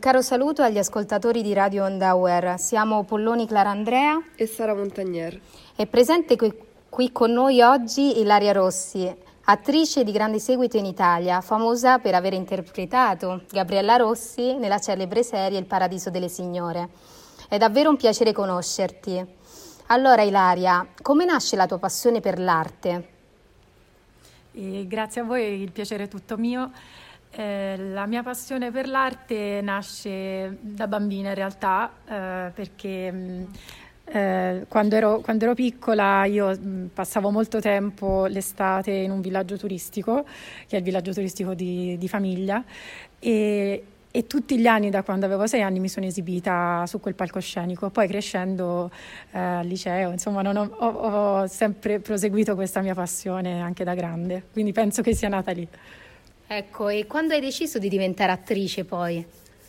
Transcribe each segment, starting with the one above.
caro saluto agli ascoltatori di Radio Onda UR. Siamo Polloni Clarandrea e Sara Montagnier. È presente qui con noi oggi Ilaria Rossi, attrice di grande seguito in Italia, famosa per aver interpretato Gabriella Rossi nella celebre serie Il Paradiso delle Signore. È davvero un piacere conoscerti. Allora Ilaria, come nasce la tua passione per l'arte? Grazie a voi, il piacere è tutto mio. La mia passione per l'arte nasce da bambina in realtà, perché quando ero piccola io passavo molto tempo l'estate in un villaggio turistico, che è il villaggio turistico di famiglia, e tutti gli anni, da quando avevo 6 anni, mi sono esibita su quel palcoscenico. Poi crescendo al liceo, insomma, ho sempre proseguito questa mia passione anche da grande, quindi penso che sia nata lì. Ecco, e quando hai deciso di diventare attrice poi?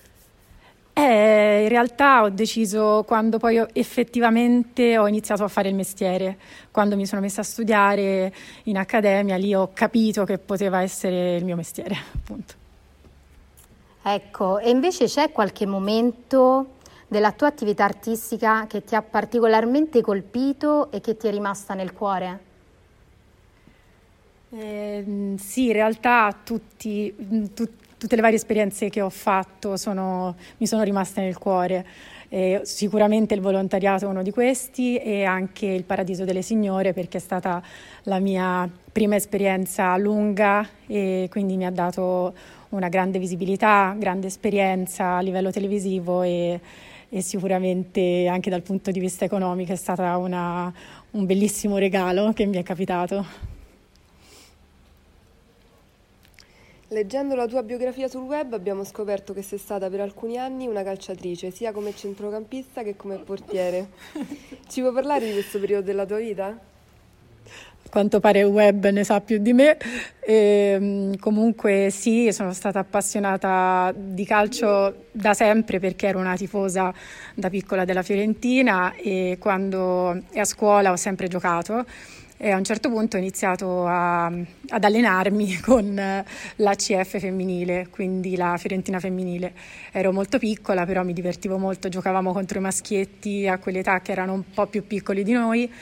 In realtà ho deciso quando poi effettivamente ho iniziato a fare il mestiere. Quando mi sono messa a studiare in accademia, lì ho capito che poteva essere il mio mestiere, appunto. Ecco, e invece c'è qualche momento della tua attività artistica che ti ha particolarmente colpito e che ti è rimasta nel cuore? Sì, in realtà tutte le varie esperienze che ho fatto mi sono rimaste nel cuore. Sicuramente il volontariato è uno di questi, e anche il Paradiso delle Signore, perché è stata la mia prima esperienza lunga e quindi mi ha dato una grande visibilità, grande esperienza a livello televisivo e sicuramente anche dal punto di vista economico è stata un bellissimo regalo che mi è capitato. Leggendo la tua biografia sul web abbiamo scoperto che sei stata per alcuni anni una calciatrice, sia come centrocampista che come portiere. Ci puoi parlare di questo periodo della tua vita? A quanto pare il web ne sa più di me. Comunque sì, sono stata appassionata di calcio da sempre, perché ero una tifosa da piccola della Fiorentina, e a scuola ho sempre giocato. E a un certo punto ho iniziato ad allenarmi con l'ACF femminile, quindi la Fiorentina femminile. Ero molto piccola, però mi divertivo molto, giocavamo contro i maschietti a quell'età che erano un po' più piccoli di noi,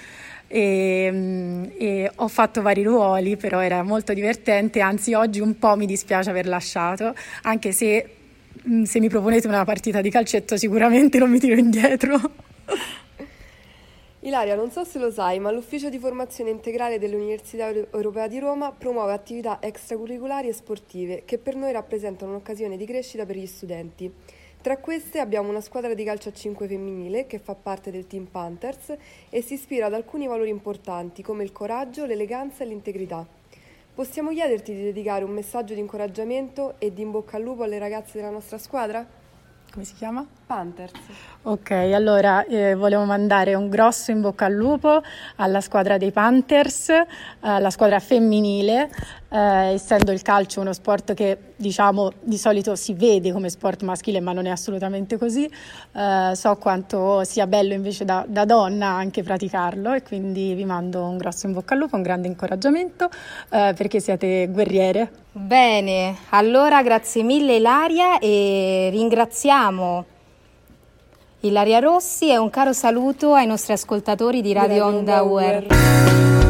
e ho fatto vari ruoli, però era molto divertente, anzi oggi un po' mi dispiace aver lasciato, anche se mi proponete una partita di calcetto sicuramente non mi tiro indietro. Ilaria, non so se lo sai, ma l'Ufficio di Formazione Integrale dell'Università Europea di Roma promuove attività extracurriculari e sportive che per noi rappresentano un'occasione di crescita per gli studenti. Tra queste abbiamo una squadra di calcio a 5 femminile che fa parte del Team Panthers e si ispira ad alcuni valori importanti come il coraggio, l'eleganza e l'integrità. Possiamo chiederti di dedicare un messaggio di incoraggiamento e di in bocca al lupo alle ragazze della nostra squadra? Come si chiama? Panthers. Ok, allora volevo mandare un grosso in bocca al lupo alla squadra dei Panthers, alla squadra femminile, essendo il calcio uno sport che diciamo di solito si vede come sport maschile, ma non è assolutamente così. So quanto sia bello invece da donna anche praticarlo, e quindi vi mando un grosso in bocca al lupo, un grande incoraggiamento, perché siete guerriere. Bene, allora grazie mille Ilaria, e ringraziamo Ilaria Rossi, e un caro saluto ai nostri ascoltatori di Radio Onda UR.